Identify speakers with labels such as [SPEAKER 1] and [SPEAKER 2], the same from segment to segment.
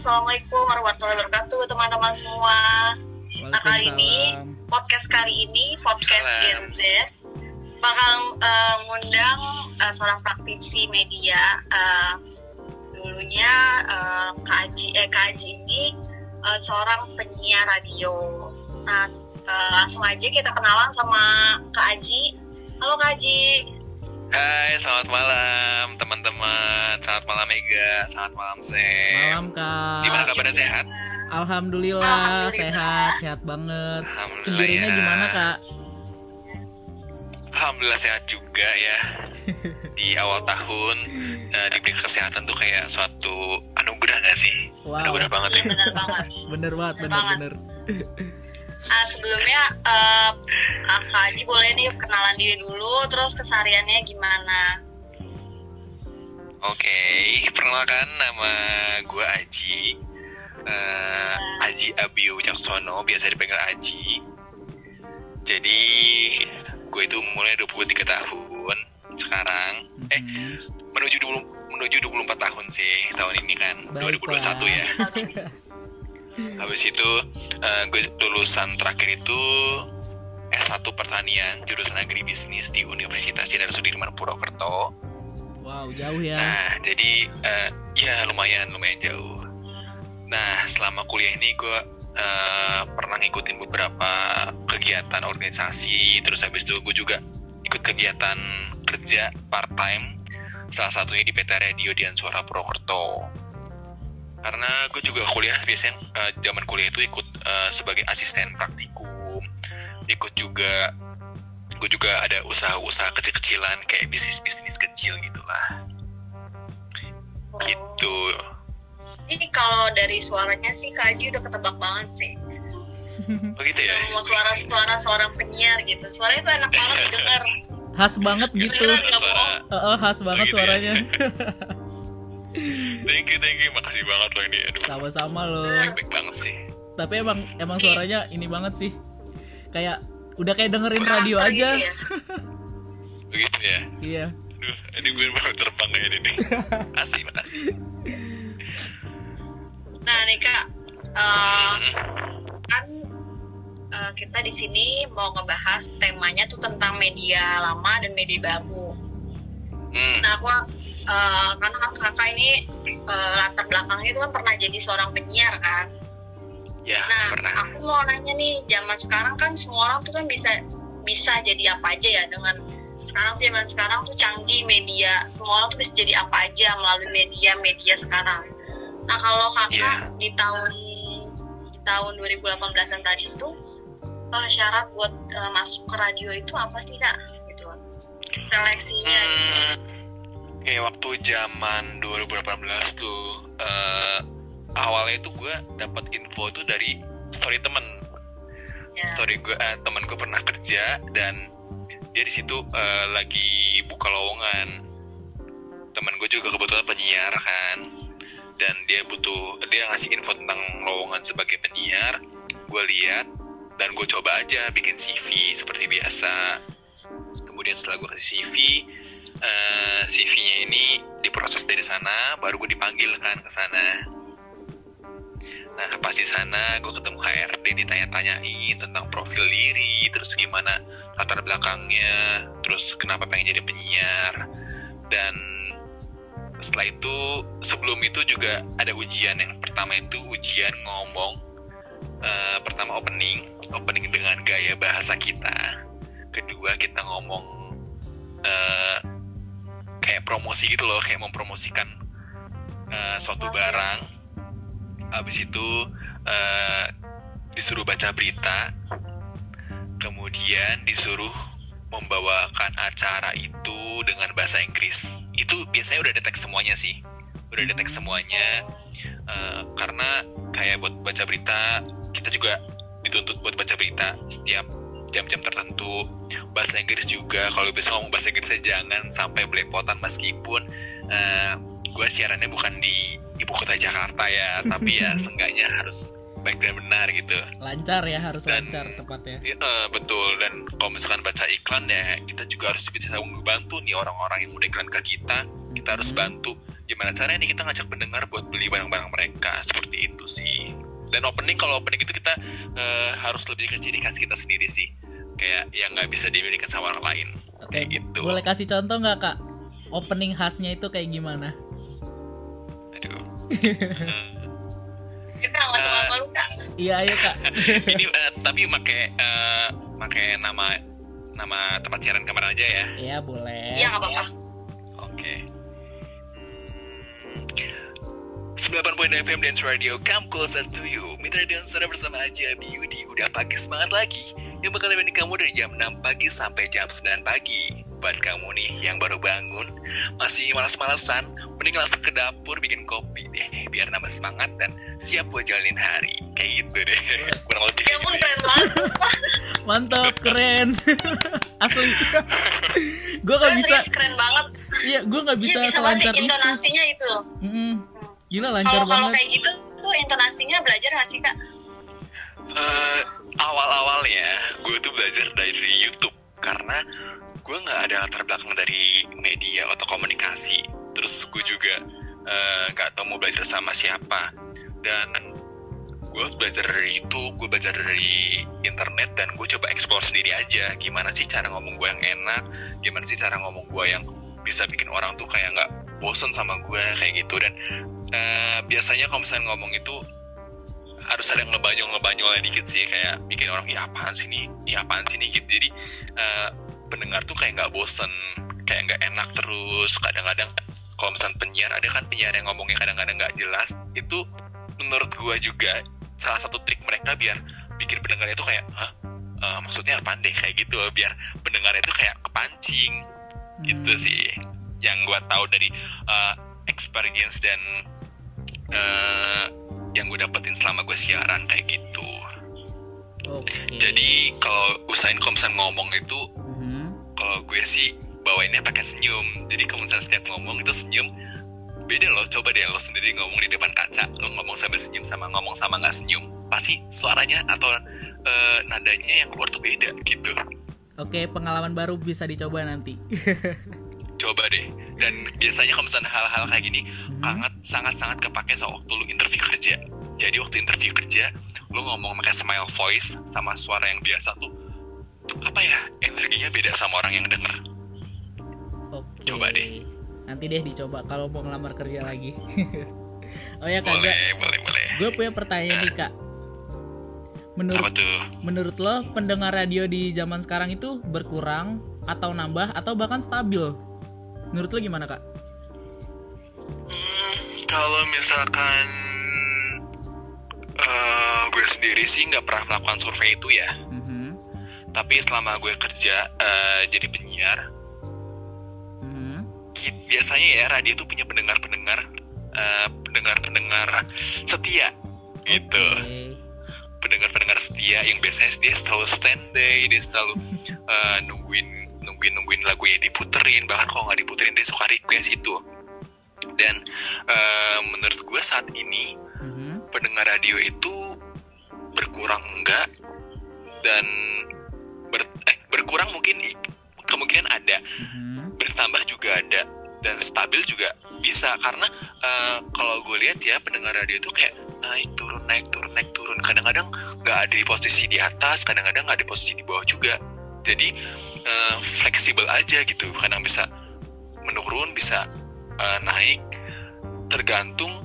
[SPEAKER 1] Assalamualaikum warahmatullahi wabarakatuh teman-teman semua. Nah podcast kali ini podcast Gen Z bakal ngundang seorang praktisi media. Dulunya Kak Aji ini seorang penyiar radio. Nah langsung aja kita kenalan sama Kak Aji. Halo Kak Aji.
[SPEAKER 2] Hai, selamat malam teman-teman. Selamat malam Mega, selamat malam Sam.
[SPEAKER 3] Malam Kak.
[SPEAKER 2] Gimana kabarnya, sehat?
[SPEAKER 3] Alhamdulillah. Sehat banget. Sendirinya
[SPEAKER 2] ya.
[SPEAKER 3] Gimana Kak?
[SPEAKER 2] Alhamdulillah sehat juga ya. Di awal tahun diberi kesehatan tuh kayak suatu anugerah gak sih?
[SPEAKER 3] Wow.
[SPEAKER 2] Anugerah banget ya.
[SPEAKER 1] Bener banget.
[SPEAKER 3] Bener.
[SPEAKER 1] Sebelumnya Kak Aji boleh nih kenalan diri dulu, terus kesehariannya gimana?
[SPEAKER 2] Oke, perkenalkan nama gue Aji. Aji Abiu Wicaksono, biasa dipanggil Aji. Jadi gue itu mulai 23 tahun sekarang. Menuju 24 tahun sih tahun ini kan.
[SPEAKER 3] Baik,
[SPEAKER 2] 2021 ya. Habis itu gue lulusan terakhir itu S1 Pertanian, jurusan Agribisnis di Universitas Jenderal Sudirman Purwokerto.
[SPEAKER 3] Wow, jauh ya.
[SPEAKER 2] Nah, jadi ya lumayan jauh. Nah, selama kuliah ini gue pernah ngikutin beberapa kegiatan organisasi. Terus habis itu gue juga ikut kegiatan kerja part-time, salah satunya di PT Radio Dian Suara Purwokerto. Karena gue juga kuliah biasanya zaman kuliah itu ikut sebagai asisten praktikum, ikut juga gue juga ada usaha-usaha kecil-kecilan kayak bisnis kecil gitulah. Gitu.
[SPEAKER 1] Ini kalau dari suaranya sih Kak Aji udah ketebak banget sih.
[SPEAKER 2] Begitu ya.
[SPEAKER 1] Mau suara seorang penyiar gitu. Suaranya tuh enak banget didengar.
[SPEAKER 3] Khas banget gitu. Khas banget
[SPEAKER 2] gitu
[SPEAKER 3] suaranya.
[SPEAKER 2] Ya? Thank you, makasih banget loh ini. Aduh.
[SPEAKER 3] Sama-sama loh.
[SPEAKER 2] Baik banget sih.
[SPEAKER 3] Tapi emang suaranya ini banget sih. Kayak udah kayak dengerin radio aja.
[SPEAKER 1] Gitu ya?
[SPEAKER 2] Begitu ya.
[SPEAKER 3] Iya.
[SPEAKER 2] Aduh, ini gue baru terbang kayak ini nih. Makasih.
[SPEAKER 1] Nah nih Kak, kan kita di sini mau ngebahas temanya tuh tentang media lama dan media baru. Nah aku karena kan kakak ini latar belakangnya itu kan pernah jadi seorang penyiar kan.
[SPEAKER 2] Ya,
[SPEAKER 1] nah
[SPEAKER 2] pernah.
[SPEAKER 1] aku mau nanya nih, zaman sekarang kan semua orang tuh kan bisa jadi apa aja ya, dengan zaman sekarang tuh canggih media, semua orang tuh bisa jadi apa aja melalui media sekarang. Nah kalau kakak di tahun 2018an tadi itu syarat buat masuk ke radio itu apa sih Kak? Gitu. Seleksinya gitu.
[SPEAKER 2] Kayak waktu zaman 2018 tuh awalnya tuh gue dapat info tuh dari story temen. Story gue, temen gue pernah kerja dan dia di situ lagi buka lowongan. Temen gue juga kebetulan penyiar kan, dan dia ngasih info tentang lowongan sebagai penyiar. Gue lihat dan gue coba aja bikin CV seperti biasa. Kemudian setelah gue kasih CV-nya ini diproses dari sana, baru gue dipanggil kan ke sana. Nah pas di sana gue ketemu HRD, ditanya-tanyain tentang profil diri, terus gimana latar belakangnya, terus kenapa pengen jadi penyiar. Dan setelah itu, sebelum itu juga ada ujian. Yang pertama itu ujian ngomong, pertama opening dengan gaya bahasa kita. Kedua kita ngomong kayak promosi gitu loh, kayak mempromosikan suatu barang. Habis itu disuruh baca berita, kemudian disuruh membawakan acara itu dengan bahasa Inggris. Itu biasanya udah ada teks semuanya sih, karena kayak buat baca berita kita juga dituntut buat baca berita setiap jam-jam tertentu. Bahasa Inggris juga, kalau bisa ngomong bahasa Inggrisnya jangan sampai belepotan, meskipun gue siarannya bukan di ibu kota Jakarta ya, tapi ya seenggaknya harus baik dan benar gitu.
[SPEAKER 3] Lancar ya, harus lancar tepatnya.
[SPEAKER 2] Betul. Dan kalau misalkan baca iklan ya, kita juga harus bisa membantu nih orang-orang yang udah iklan ke kita. Kita harus bantu gimana caranya nih kita ngajak pendengar buat beli barang-barang mereka, seperti itu sih. Dan kalau opening itu kita harus lebih ke ciri khas kita sendiri sih, kayak yang nggak bisa dimiliki sama orang lain.
[SPEAKER 3] Oke,
[SPEAKER 2] kayak gitu.
[SPEAKER 3] Boleh kasih contoh nggak Kak? Opening khasnya itu kayak gimana?
[SPEAKER 2] Aduh.
[SPEAKER 1] Kita nggak usah malu Kak.
[SPEAKER 3] Iya ayo Kak.
[SPEAKER 2] Ini tapi pakai nama tempat siaran kemarin aja ya.
[SPEAKER 3] Iya boleh.
[SPEAKER 1] Iya nggak apa-apa.
[SPEAKER 2] Oke. 90.2 FM Dance Radio, come closer to you. Mitra Dancer bersama aja Beauty. Udah pagi semangat lagi, yang bakal nemenin kamu dari jam 6 pagi sampai jam 9 pagi. Buat kamu nih yang baru bangun, masih malas-malasan, mending langsung ke dapur bikin kopi deh, biar nambah semangat dan siap buat jalanin hari. Kayak gitu deh, kurang lebih.
[SPEAKER 1] Ya ampun keren banget.
[SPEAKER 3] Mantap, keren. Asli. Gue gak bisa.
[SPEAKER 1] Keren banget.
[SPEAKER 3] Iya, gue gak bisa
[SPEAKER 1] Iya, bisa
[SPEAKER 3] selancar
[SPEAKER 1] banget
[SPEAKER 3] itu.
[SPEAKER 1] intonasinya itu loh.
[SPEAKER 3] Gila lancar
[SPEAKER 1] Kalau
[SPEAKER 3] banget.
[SPEAKER 1] kayak gitu tuh intonasinya belajar nggak sih Kak?
[SPEAKER 2] Awal-awalnya gue tuh belajar dari YouTube, karena gue nggak ada latar belakang dari media atau komunikasi. Terus gue juga nggak tahu mau belajar sama siapa, dan gue belajar dari YouTube, gue belajar dari internet, dan gue coba explore sendiri aja gimana sih cara ngomong gue yang enak, gimana sih cara ngomong gue yang bisa bikin orang tuh kayak nggak bosen sama gue kayak gitu. Dan biasanya kalau misalnya ngomong itu harus ada ngebanyol-ngebanyolnya dikit sih, kayak bikin orang ya apaan sih nih gitu. Jadi pendengar tuh kayak nggak bosen, kayak nggak enak terus. Kadang-kadang kalau misalnya penyiar, ada kan penyiar yang ngomongnya kadang-kadang nggak jelas. Itu menurut gue juga salah satu trik mereka biar bikin pendengarnya tuh kayak maksudnya apaan deh, kayak gitu, biar pendengarnya tuh kayak kepancing. Gitu sih yang gue tahu dari experience dan yang gue dapetin selama gue siaran kayak gitu.
[SPEAKER 3] Oke.
[SPEAKER 2] Jadi kalau usahain kalau misalnya ngomong itu, kalau gue sih bawainnya pakai senyum. Jadi kalau misalnya setiap ngomong itu senyum, beda loh. Coba deh lo sendiri ngomong di depan kaca, lo ngomong sambil senyum sama ngomong sama nggak senyum, pasti suaranya atau nadanya yang keluar tuh beda gitu.
[SPEAKER 3] Oke, pengalaman baru bisa dicoba nanti.
[SPEAKER 2] Coba deh. Dan biasanya kalau misalnya hal-hal kayak gini sangat-sangat kepake waktu lu interview kerja. Jadi waktu interview kerja, lu ngomong pakai smile voice sama suara yang biasa tuh, apa ya, energinya beda sama orang yang denger.
[SPEAKER 3] Oke.
[SPEAKER 2] Coba deh.
[SPEAKER 3] Nanti deh dicoba kalau mau ngelamar kerja lagi. Oh ya Kak,
[SPEAKER 2] Boleh.
[SPEAKER 3] gue punya pertanyaan nih Kak.
[SPEAKER 2] Apa tuh?
[SPEAKER 3] Menurut lo pendengar radio di zaman sekarang itu berkurang atau nambah atau bahkan stabil? Menurut lo gimana Kak?
[SPEAKER 2] Kalau misalkan gue sendiri sih nggak pernah melakukan survei itu ya. Tapi selama gue kerja jadi penyiar, biasanya ya radio tuh punya pendengar-pendengar setia gitu. Pendengar-pendengar setia yang biasanya dia selalu standby, dia selalu nungguin lagunya diputerin, bahkan kalau nggak diputerin dia suka request itu. Dan menurut gue saat ini pendengar radio itu berkurang enggak, dan berkurang mungkin kemungkinan ada, bertambah juga ada, dan stabil juga bisa. Karena kalau gue lihat ya, pendengar radio itu kayak naik turun. Kadang-kadang nggak ada di posisi di atas, kadang-kadang nggak ada di posisi di bawah juga. Jadi fleksibel aja gitu. Kadang bisa menurun, bisa naik, tergantung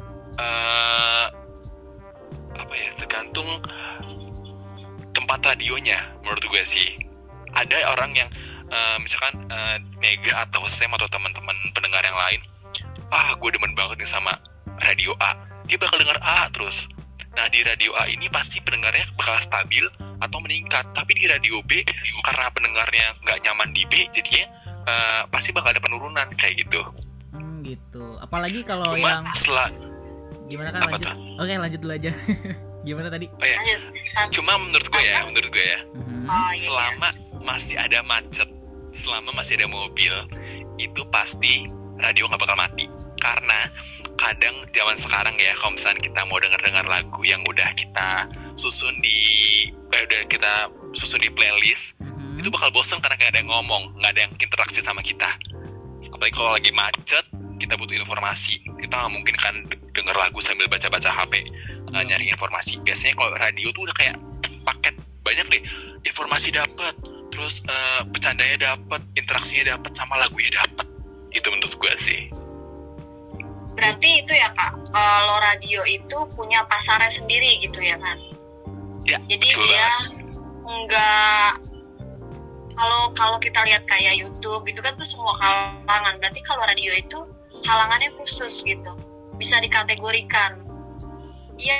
[SPEAKER 2] tergantung tempat radionya. Menurut gue sih ada orang yang misalkan Mega atau Sam atau teman-teman pendengar yang lain, gue demen banget nih sama radio A, dia bakal denger A terus. Nah di radio A ini pasti pendengarnya bakal stabil atau meningkat. Tapi di radio B, karena pendengarnya nggak nyaman di B, jadinya pasti bakal ada penurunan kayak gitu.
[SPEAKER 3] Gitu. Apalagi kalau
[SPEAKER 2] Cuma
[SPEAKER 3] yang gimana kan, lanjut? Oke, lanjut dulu aja. Gimana tadi?
[SPEAKER 2] Oh ya. Cuma menurut gue ya, selama masih ada macet, selama masih ada mobil, itu pasti radio nggak bakal mati. Karena kadang zaman sekarang ya, kalau misalnya kita mau dengar lagu yang udah kita susun di playlist, itu bakal bosan karena nggak ada yang ngomong, nggak ada yang interaksi sama kita. Apalagi kalau lagi macet, kita butuh informasi, kita nggak mungkin kan denger lagu sambil baca-baca HP nyari informasi. Biasanya kalau radio tuh udah kayak paket banyak deh, informasi dapat, terus bercandanya dapat, interaksinya dapat, sama lagunya dapat. Itu menurut gue sih.
[SPEAKER 1] Berarti itu ya Kak, kalau radio itu punya pasarnya sendiri gitu ya kan?
[SPEAKER 2] Ya,
[SPEAKER 1] jadi dia enggak, kalau kita lihat kayak YouTube itu kan tuh semua kalangan. Berarti kalau radio itu halangannya khusus gitu, bisa dikategorikan. Iya.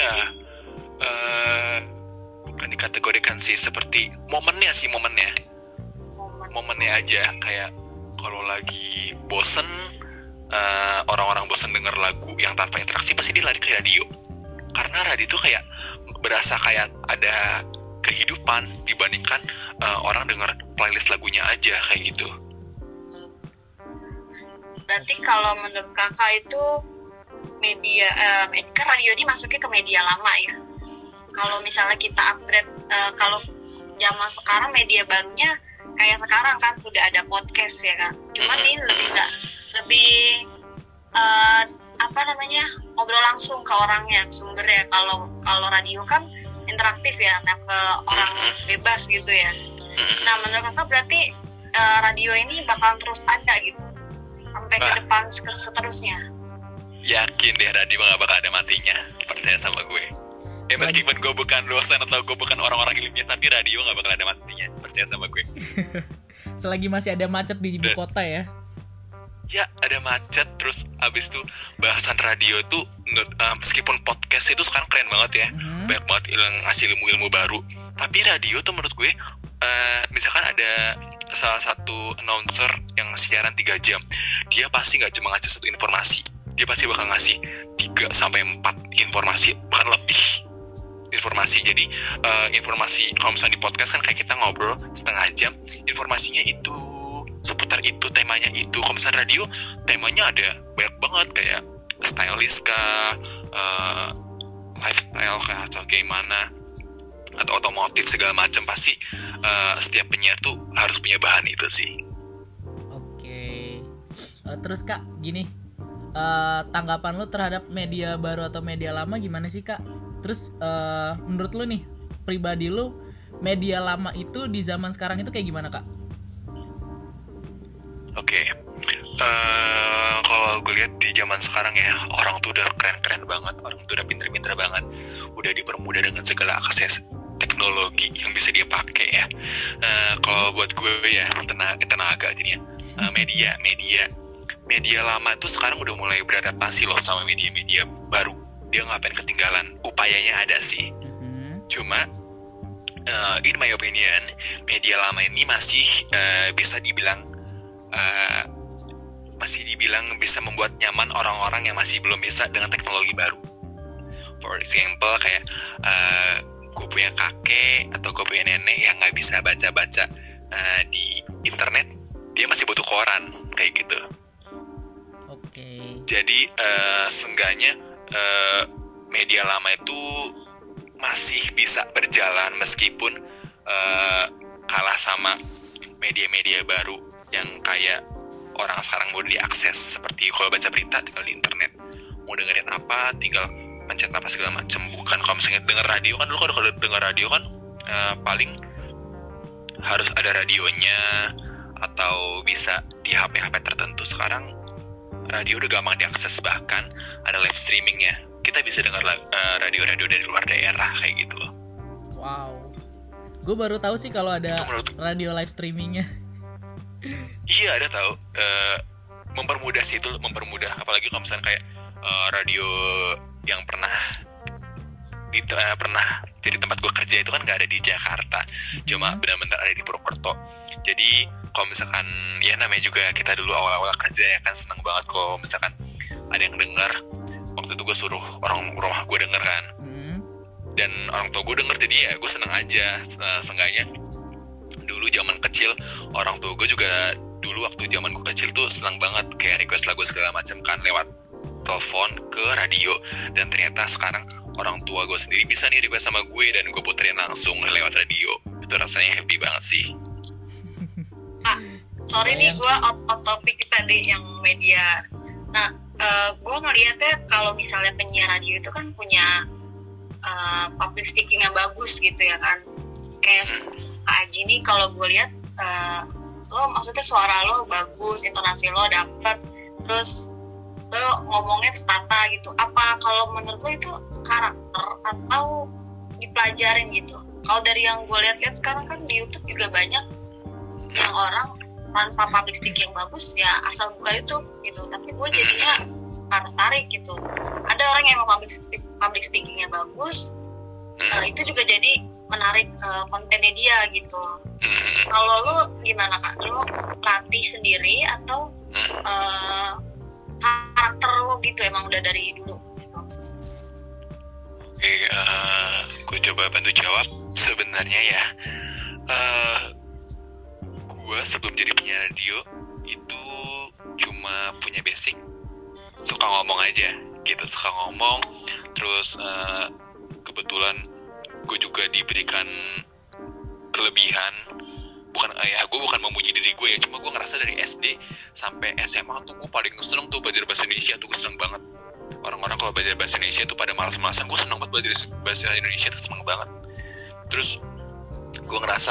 [SPEAKER 2] Bukan dikategorikan sih, seperti momennya aja. Kayak kalau lagi bosen, orang-orang bosen denger lagu yang tanpa interaksi, pasti dia lari ke radio. Karena radio itu kayak berasa kayak ada kehidupan dibandingkan orang denger playlist lagunya aja kayak gitu.
[SPEAKER 1] Berarti kalau menurut Kakak itu media, kan radio ini masuknya ke media lama ya. Kalau misalnya kita upgrade, kalau zaman sekarang media barunya kayak sekarang kan udah ada podcast ya kan. Cuman ini lebih ngobrol langsung ke orangnya, sumbernya. Kalau radio kan interaktif ya, ke orang bebas gitu ya. Nah menurut Kakak berarti radio ini bakal terus ada gitu sampai ke depan seterusnya?
[SPEAKER 2] Yakin deh, radio nggak bakal ada matinya, percaya sama gue. Meskipun gue bukan dosen atau gue bukan orang-orang ilmiah, tapi radio nggak bakal ada matinya, percaya sama gue.
[SPEAKER 3] Selagi masih ada macet di ibu kota ya.
[SPEAKER 2] Ya, ada macet, terus abis itu bahasan radio tuh meskipun podcast itu sekarang keren banget ya, banyak banget ngasih ilmu-ilmu baru. Tapi radio tuh menurut gue, misalkan ada salah satu announcer yang siaran 3 jam, dia pasti gak cuma ngasih satu informasi, dia pasti bakal ngasih 3-4 informasi, bahkan lebih informasi. Jadi informasi, kalau misalnya di podcast kan kayak kita ngobrol setengah jam, informasinya itu seputar itu, temanya itu. Kalau misalnya radio, temanya ada banyak banget, kayak stylish kah, lifestyle kah, atau gimana, atau otomotif segala macam. Pasti setiap penyiar tuh harus punya bahan itu sih.
[SPEAKER 3] Oke. Terus Kak, gini, tanggapan lu terhadap media baru atau media lama gimana sih Kak? Terus menurut lu nih, pribadi lu, media lama itu di zaman sekarang itu kayak gimana Kak?
[SPEAKER 2] Oke. Kalau gue lihat di zaman sekarang ya, orang tuh udah keren-keren banget, orang tuh udah pinter-pinter banget, udah dipermudah dengan segala akses teknologi yang bisa dia pakai ya. Kalau buat gue ya, tenaga jadinya, media lama itu sekarang udah mulai beradaptasi loh sama media-media baru. Dia ngapain ketinggalan, upayanya ada sih. Cuma in my opinion, media lama ini masih bisa dibilang bisa membuat nyaman orang-orang yang masih belum bisa dengan teknologi baru. For example, kayak gue punya kakek atau gue punya nenek yang nggak bisa baca-baca di internet, dia masih butuh koran kayak gitu.
[SPEAKER 3] Oke.
[SPEAKER 2] Jadi seenggaknya media lama itu masih bisa berjalan meskipun kalah sama media-media baru yang kayak orang sekarang mau diakses. Seperti kalau baca berita tinggal di internet, mau dengerin apa tinggal pencet apa segala macam. Bukan kalau misalnya denger radio kan, dulu kalau denger radio kan paling harus ada radionya atau bisa di HP-HP tertentu. Sekarang radio udah gampang diakses, bahkan ada live streamingnya. Kita bisa dengar radio-radio dari luar daerah kayak gitu loh.
[SPEAKER 3] Wow, gue baru tahu sih kalau ada radio live streamingnya.
[SPEAKER 2] Iya, ada tahu. Mempermudah sih itu, mempermudah. Apalagi kalau misalnya kayak radio yang pernah jadi tempat gue kerja itu kan nggak ada di Jakarta, cuma benar-benar ada di Purwokerto. Jadi kalau misalkan ya namanya juga kita dulu awal-awal kerja ya kan, seneng banget kalau misalkan ada yang denger. Waktu itu gue suruh orang rumah gue denger kan, dan orang tua gue denger, jadi ya gue seneng aja. Seenggaknya dulu zaman kecil orang tua gue juga dulu waktu zaman gue kecil tuh senang banget kayak request lagu segala macam kan lewat telepon ke radio, dan ternyata sekarang orang tua gue sendiri bisa nih request sama gue dan gue puterin langsung lewat radio. Itu rasanya happy banget sih.
[SPEAKER 1] Sorry nih gue out of topic tadi yang media Nah, gue ngelihatnya kalau misalnya penyiar radio itu kan punya public speaking yang bagus gitu ya kan. Kayak Kak Aji nih kalau gue lihat lo maksudnya suara lo bagus, intonasi lo dapet, terus lo ngomongnya tertata gitu. Apa kalau menurut lo itu karakter atau dipelajarin gitu? Kalau dari yang gue lihat sekarang kan di YouTube juga banyak yang orang tanpa public speaking yang bagus ya asal buka YouTube gitu, tapi gue jadinya tertarik gitu. Ada orang yang mau public speakingnya bagus, itu juga jadi menarik kontennya dia gitu. Kalau lu gimana Kak? Lu latih sendiri atau karakter lu gitu emang udah dari dulu gitu?
[SPEAKER 2] Oke, gue coba bantu jawab. Sebenarnya ya, gue sebelum jadi penyiar radio itu cuma punya basic suka ngomong aja gitu, suka ngomong. Terus kebetulan gue juga diberikan kelebihan, gue bukan memuji diri gue ya, cuma gue ngerasa dari SD sampai SMA tuh gue paling seneng tuh belajar bahasa Indonesia tuh, gue seneng banget. Orang-orang kalau belajar bahasa Indonesia tuh pada malas-malasan, gue seneng banget belajar bahasa Indonesia tuh, seneng banget. Terus gue ngerasa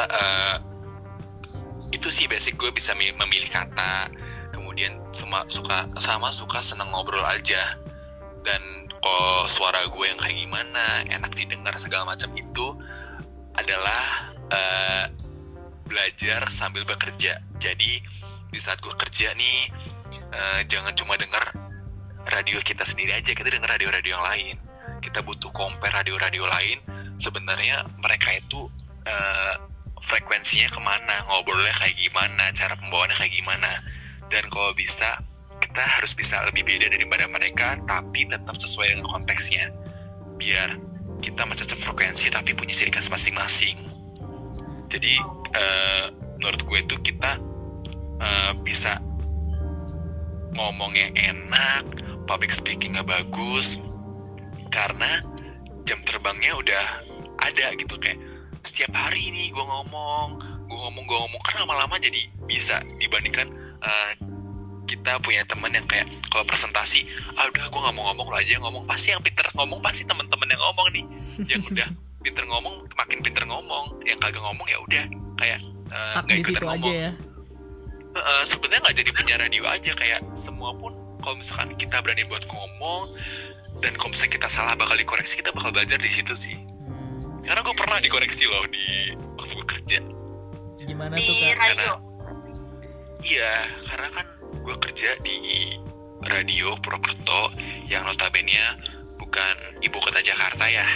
[SPEAKER 2] itu sih basic gue, bisa memilih kata, kemudian suka seneng ngobrol aja. Dan kalau suara gue yang kayak gimana, enak didengar segala macam, itu adalah belajar sambil bekerja. Jadi di saat gue kerja nih, jangan cuma dengar radio kita sendiri aja, kita dengar radio-radio yang lain. Kita butuh compare radio-radio lain. Sebenarnya mereka itu frekuensinya kemana, ngobrolnya kayak gimana, cara pembawaannya kayak gimana. Dan kalau bisa, kita harus bisa lebih beda daripada mereka, tapi tetap sesuai dengan konteksnya. Biar kita masih sefrekuensi tapi punya ciri khas masing-masing. Jadi menurut gue itu kita bisa ngomongnya enak, public speakingnya bagus, karena jam terbangnya udah ada gitu. Kayak setiap hari nih gue ngomong, karena lama-lama jadi bisa. Dibandingkan kita punya teman yang kayak kalau presentasi, udah gue nggak mau ngomong, lo aja yang ngomong. Pasti yang pinter ngomong pasti teman-teman yang ngomong nih. Yang udah pinter ngomong makin pinter ngomong, yang kagak ngomong ya udah kayak nggak ikutan ngomong. Aja ya. Sebenarnya nggak jadi penyiar radio aja, kayak semua pun kalau misalkan kita berani buat ngomong, dan kalau misalnya kita salah bakal dikoreksi, kita bakal belajar di situ sih. Karena gue pernah dikoreksi loh di waktu gue kerja.
[SPEAKER 3] Gimana
[SPEAKER 1] di
[SPEAKER 3] tuh Kak?
[SPEAKER 1] radio?
[SPEAKER 2] Iya, karena kan gue kerja di radio Purwokerto yang notabene bukan ibu kota Jakarta ya.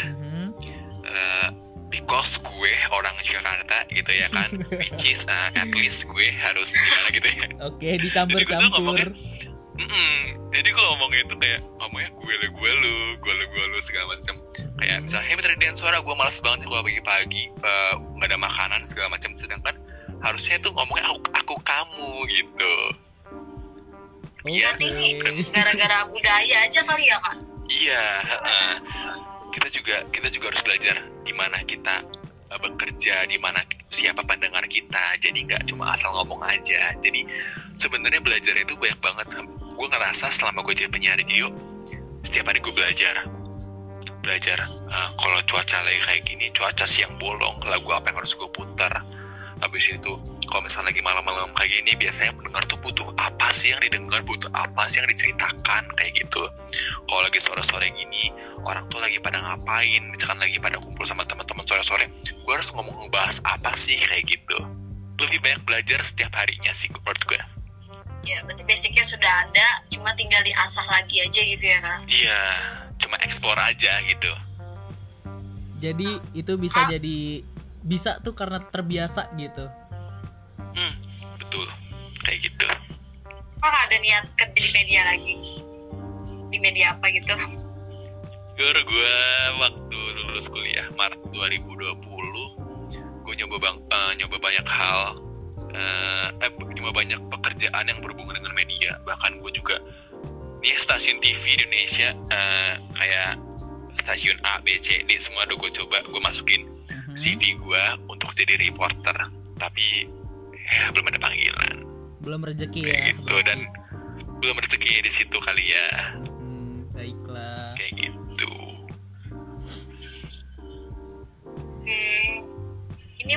[SPEAKER 2] Because gue orang Jakarta gitu ya kan, which is at least gue harus gimana gitu ya.
[SPEAKER 3] Oke, dicampur-campur.
[SPEAKER 2] Jadi kalau ngomongnya itu kayak ngomongnya gue lu segala macam. Kayak misalnya mitra dan suara, gue malas banget nih kalau pagi-pagi nggak ada makanan segala macam. Sedangkan harusnya tuh ngomongnya aku kamu gitu.
[SPEAKER 1] Iya, ini gara-gara budaya aja kali ya Kak?
[SPEAKER 2] Iya, kita juga harus belajar gimana kita bekerja, di mana siapa pendengar kita. Jadi nggak cuma asal ngomong aja. Jadi sebenarnya belajar itu banyak banget. Gue ngerasa selama gue jadi penyiar radio, setiap hari gue belajar. Kalau cuaca lagi kayak gini, cuaca siang bolong, lagu apa yang harus gue putar. Habis itu kalau misalnya lagi malam-malam kayak gini, biasanya pendengar tuh butuh apa sih yang didengar, butuh apa sih yang diceritakan, kayak gitu. Kalau lagi sore-sore gini, orang tuh lagi pada ngapain, misalkan lagi pada kumpul sama teman-teman sore-sore, gue harus ngebahas apa sih, kayak gitu. Lebih banyak belajar setiap harinya sih menurut gue.
[SPEAKER 1] Ya, berarti basicnya sudah ada, cuma tinggal diasah lagi aja gitu ya Kak?
[SPEAKER 2] Iya, cuma explore aja gitu.
[SPEAKER 3] Jadi itu bisa tuh karena terbiasa gitu.
[SPEAKER 2] Betul, kayak gitu.
[SPEAKER 1] Ada niat kerja di media lagi? Di media apa gitu?
[SPEAKER 2] Gue waktu lulus kuliah Maret 2020, gue nyoba banyak hal, nyoba banyak pekerjaan yang berhubungan dengan media. Bahkan gue juga nih stasiun TV di Indonesia, kayak stasiun A, B, C, D, semua udah gue coba. Gue masukin CV gue untuk jadi reporter, tapi ya belum ada panggilan.
[SPEAKER 3] Belum rezeki
[SPEAKER 2] ya gitu. Dan belum rezekinya di situ kali ya.
[SPEAKER 3] Baiklah.
[SPEAKER 2] Kayak gitu.
[SPEAKER 1] Oke. Ini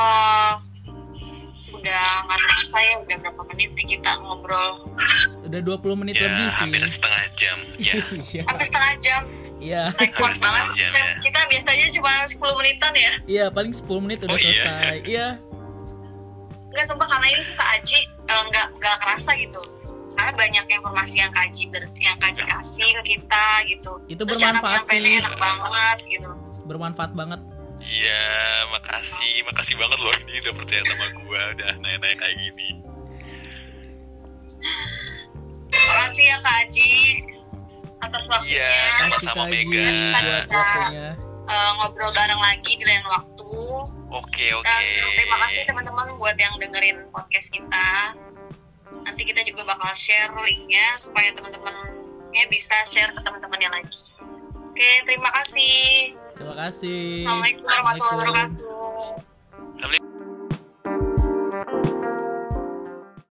[SPEAKER 1] udah nggak terasa ya, udah berapa menit nih kita ngobrol?
[SPEAKER 3] Udah 20 menit
[SPEAKER 2] Ya,
[SPEAKER 3] lebih sih.
[SPEAKER 2] hampir setengah jam. Ya,
[SPEAKER 3] Iya.
[SPEAKER 1] Hampir setengah jam.
[SPEAKER 3] Iya.
[SPEAKER 1] Kuat
[SPEAKER 2] Hampir setengah
[SPEAKER 1] banget.
[SPEAKER 2] jam, ya.
[SPEAKER 1] Kita biasanya cuma 10 menitan ya.
[SPEAKER 3] Iya, paling 10 menit udah
[SPEAKER 2] Oh, iya.
[SPEAKER 3] selesai. Iya.
[SPEAKER 1] Nggak, sumpah, karena ini tuh Kak Aji nggak kerasa gitu. Karena banyak informasi yang Kak Aji kasih ke kita gitu.
[SPEAKER 3] Itu
[SPEAKER 1] Terus cara
[SPEAKER 3] bermanfaat
[SPEAKER 1] penyampaiannya
[SPEAKER 3] sih.
[SPEAKER 1] enak banget gitu.
[SPEAKER 3] Bermanfaat banget.
[SPEAKER 2] Iya, makasih banget loh ini udah percaya sama gua, udah nanya-nanya kayak gini.
[SPEAKER 1] Makasih ya Kak Aji atas waktunya.
[SPEAKER 2] Iya, sama-sama
[SPEAKER 3] Makasih, Kak
[SPEAKER 2] Mega.
[SPEAKER 3] Aji, buat waktunya.
[SPEAKER 1] Ngobrol bareng lagi di lain waktu.
[SPEAKER 2] Oke.
[SPEAKER 1] Dan terima kasih teman-teman buat yang dengerin podcast kita. Nanti kita juga bakal share linknya supaya teman-temannya bisa share ke teman-temannya lagi. Oke, terima kasih.
[SPEAKER 3] Terima kasih.
[SPEAKER 1] Assalamualaikum warahmatullahi wabarakatuh.